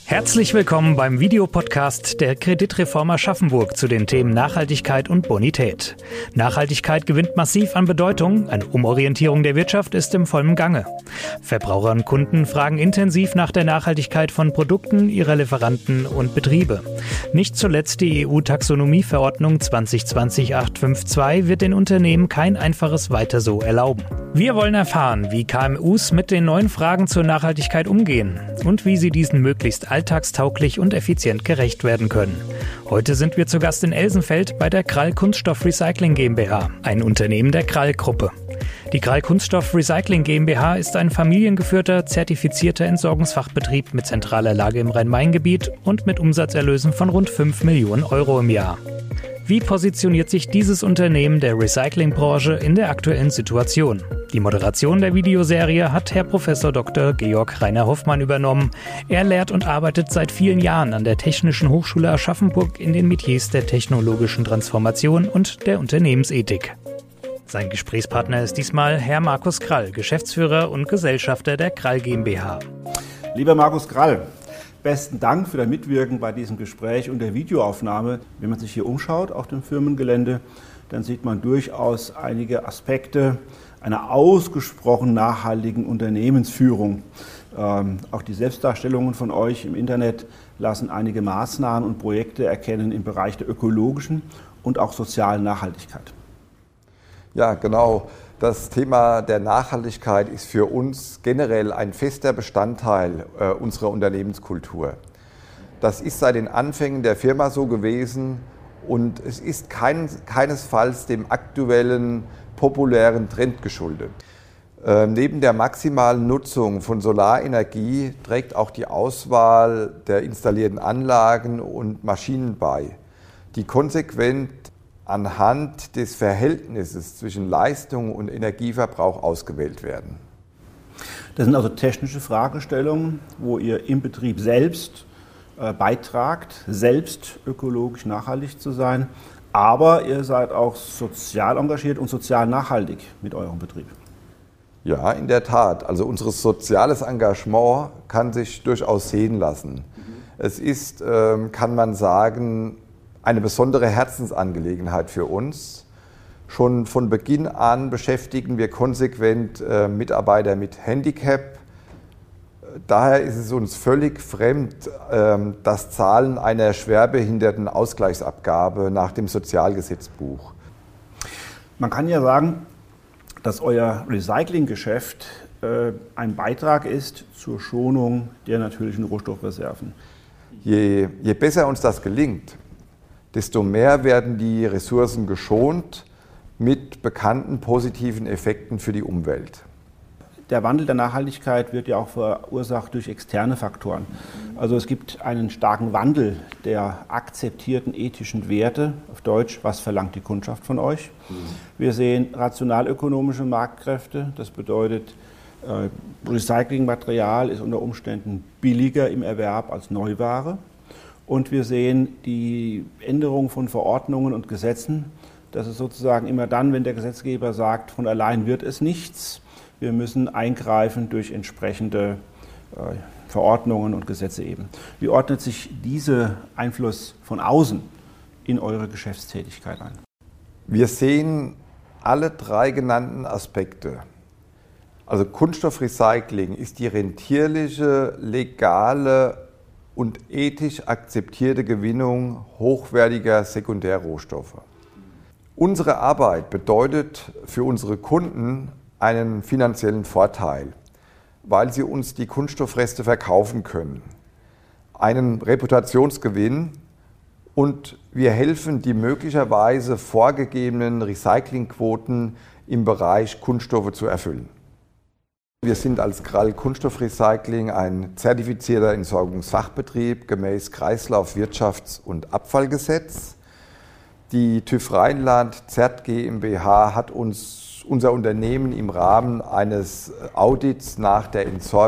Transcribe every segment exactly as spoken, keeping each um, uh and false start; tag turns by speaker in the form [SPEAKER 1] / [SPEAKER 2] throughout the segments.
[SPEAKER 1] Herzlich willkommen beim Videopodcast der Kreditreform Aschaffenburg zu den Themen Nachhaltigkeit und Bonität. Nachhaltigkeit gewinnt massiv an Bedeutung, eine Umorientierung der Wirtschaft ist im vollen Gange. Verbraucher und Kunden fragen intensiv nach der Nachhaltigkeit von Produkten, ihrer Lieferanten und Betriebe. Nicht zuletzt die E U-Taxonomieverordnung zwanzig zwanzig achthundertzweiundfünfzig wird den Unternehmen kein einfaches Weiter so erlauben. Wir wollen erfahren, wie K M Us mit den neuen Fragen zur Nachhaltigkeit umgehen und wie sie diesen möglichst alltagstauglich und effizient gerecht werden können. Heute sind wir zu Gast in Elsenfeld bei der Krall Kunststoff Recycling GmbH, ein Unternehmen der Krall-Gruppe. Die Krall Kunststoff Recycling GmbH ist ein familiengeführter, zertifizierter Entsorgungsfachbetrieb mit zentraler Lage im Rhein-Main-Gebiet und mit Umsatzerlösen von rund fünf Millionen Euro im Jahr. Wie positioniert sich dieses Unternehmen der Recyclingbranche in der aktuellen Situation? Die Moderation der Videoserie hat Herr Professor Doktor Georg Rainer Hoffmann übernommen. Er lehrt und arbeitet seit vielen Jahren an der Technischen Hochschule Aschaffenburg in den Metiers der technologischen Transformation und der Unternehmensethik. Sein Gesprächspartner ist diesmal Herr Markus Krall, Geschäftsführer und Gesellschafter der Krall GmbH.
[SPEAKER 2] Lieber Markus Krall, besten Dank für dein Mitwirken bei diesem Gespräch und der Videoaufnahme. Wenn man sich hier umschaut auf dem Firmengelände, dann sieht man durchaus einige Aspekte einer ausgesprochen nachhaltigen Unternehmensführung. Ähm, auch die Selbstdarstellungen von euch im Internet lassen einige Maßnahmen und Projekte erkennen im Bereich der ökologischen und auch sozialen Nachhaltigkeit.
[SPEAKER 3] Ja, genau. Das Thema der Nachhaltigkeit ist für uns generell ein fester Bestandteil äh, unserer Unternehmenskultur. Das ist seit den Anfängen der Firma so gewesen und es ist kein, keinesfalls dem aktuellen populären Trend geschuldet. Äh, neben der maximalen Nutzung von Solarenergie trägt auch die Auswahl der installierten Anlagen und Maschinen bei, die konsequent anhand des Verhältnisses zwischen Leistung und Energieverbrauch ausgewählt werden.
[SPEAKER 2] Das sind also technische Fragestellungen, wo ihr im Betrieb selbst äh, beitragt, selbst ökologisch nachhaltig zu sein, aber ihr seid auch sozial engagiert und sozial nachhaltig mit eurem Betrieb.
[SPEAKER 3] Ja, in der Tat. Also unser soziales Engagement kann sich durchaus sehen lassen. Mhm. Es ist, ähm, kann man sagen, eine besondere Herzensangelegenheit für uns. Schon von Beginn an beschäftigen wir konsequent äh, Mitarbeiter mit Handicap. Daher ist es uns völlig fremd, äh, das Zahlen einer Schwerbehindertenausgleichsabgabe nach dem Sozialgesetzbuch.
[SPEAKER 2] Man kann ja sagen, dass euer Recyclinggeschäft äh, ein Beitrag ist zur Schonung der natürlichen Rohstoffreserven.
[SPEAKER 3] Je, je besser uns das gelingt, desto mehr werden die Ressourcen geschont mit bekannten positiven Effekten für die Umwelt.
[SPEAKER 2] Der Wandel der Nachhaltigkeit wird ja auch verursacht durch externe Faktoren. Also es gibt einen starken Wandel der akzeptierten ethischen Werte. Auf Deutsch, was verlangt die Kundschaft von euch? Wir sehen rationalökonomische Marktkräfte. Das bedeutet, Recyclingmaterial ist unter Umständen billiger im Erwerb als Neuware. Und wir sehen die Änderung von Verordnungen und Gesetzen. Das ist sozusagen immer dann, wenn der Gesetzgeber sagt, von allein wird es nichts. Wir müssen eingreifen durch entsprechende äh, Verordnungen und Gesetze eben. Wie ordnet sich dieser Einfluss von außen in eure Geschäftstätigkeit ein?
[SPEAKER 3] Wir sehen alle drei genannten Aspekte. Also Kunststoffrecycling ist die rentierliche, legale und ethisch akzeptierte Gewinnung hochwertiger Sekundärrohstoffe. Unsere Arbeit bedeutet für unsere Kunden einen finanziellen Vorteil, weil sie uns die Kunststoffreste verkaufen können, einen Reputationsgewinn und wir helfen, die möglicherweise vorgegebenen Recyclingquoten im Bereich Kunststoffe zu erfüllen. Wir sind als Krall Kunststoffrecycling ein zertifizierter Entsorgungsfachbetrieb gemäß Kreislaufwirtschafts- und Abfallgesetz. Die TÜV Rheinland Z E R T GmbH hat uns unser Unternehmen im Rahmen eines Audits nach der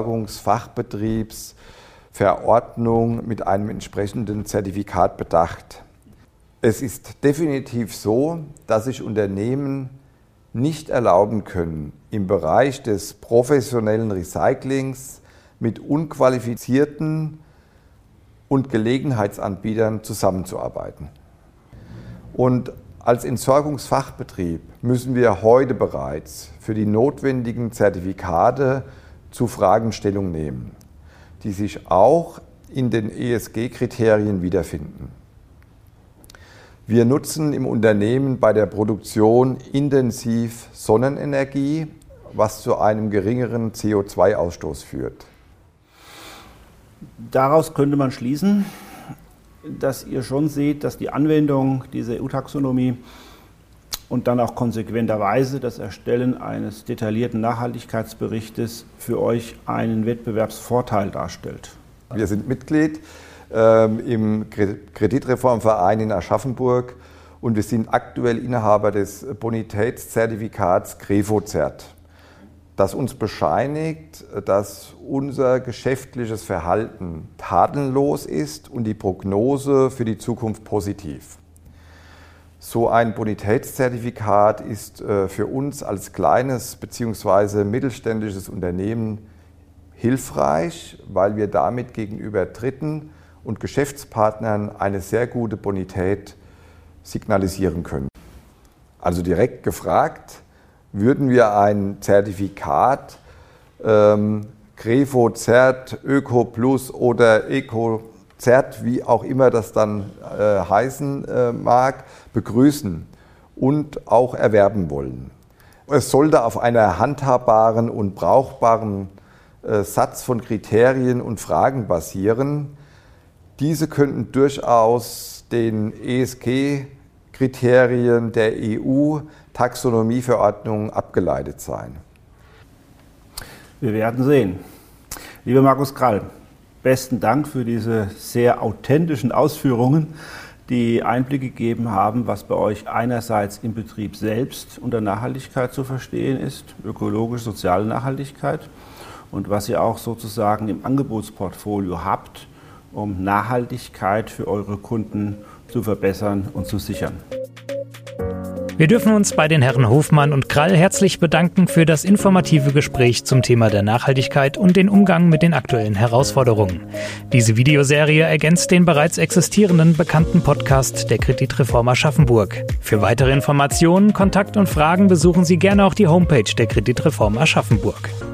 [SPEAKER 3] Entsorgungsfachbetriebsverordnung mit einem entsprechenden Zertifikat bedacht. Es ist definitiv so, dass sich Unternehmen nicht erlauben können, im Bereich des professionellen Recyclings mit unqualifizierten und Gelegenheitsanbietern zusammenzuarbeiten. Und als Entsorgungsfachbetrieb müssen wir heute bereits für die notwendigen Zertifikate zu Fragen Stellung nehmen, die sich auch in den E S G-Kriterien wiederfinden. Wir nutzen im Unternehmen bei der Produktion intensiv Sonnenenergie, was zu einem geringeren C O zwei Ausstoß führt.
[SPEAKER 2] Daraus könnte man schließen, dass ihr schon seht, dass die Anwendung dieser E U-Taxonomie und dann auch konsequenterweise das Erstellen eines detaillierten Nachhaltigkeitsberichtes für euch einen Wettbewerbsvorteil darstellt.
[SPEAKER 3] Wir sind Mitglied ähm, im Kreditreformverein in Aschaffenburg und wir sind aktuell Inhaber des Bonitätszertifikats Grefozert, das uns bescheinigt, dass unser geschäftliches Verhalten tadellos ist und die Prognose für die Zukunft positiv. So ein Bonitätszertifikat ist für uns als kleines bzw. mittelständisches Unternehmen hilfreich, weil wir damit gegenüber Dritten und Geschäftspartnern eine sehr gute Bonität signalisieren können. Also direkt gefragt, würden wir ein Zertifikat ähm, Grefozert, Öko-Plus oder Eco-Zert, wie auch immer das dann äh, heißen äh, mag, begrüßen und auch erwerben wollen. Es sollte auf einer handhabbaren und brauchbaren äh, Satz von Kriterien und Fragen basieren. Diese könnten durchaus den E S G-Kriterien der E U-Taxonomieverordnung abgeleitet sein.
[SPEAKER 2] Wir werden sehen. Lieber Markus Krall, besten Dank für diese sehr authentischen Ausführungen, die Einblicke gegeben haben, was bei euch einerseits im Betrieb selbst unter Nachhaltigkeit zu verstehen ist, ökologisch-soziale Nachhaltigkeit, und was ihr auch sozusagen im Angebotsportfolio habt, um Nachhaltigkeit für eure Kunden zu verbessern und zu sichern.
[SPEAKER 1] Wir dürfen uns bei den Herren Hofmann und Krall herzlich bedanken für das informative Gespräch zum Thema der Nachhaltigkeit und den Umgang mit den aktuellen Herausforderungen. Diese Videoserie ergänzt den bereits existierenden bekannten Podcast der Kreditreform Aschaffenburg. Für weitere Informationen, Kontakt und Fragen besuchen Sie gerne auch die Homepage der Kreditreform Aschaffenburg.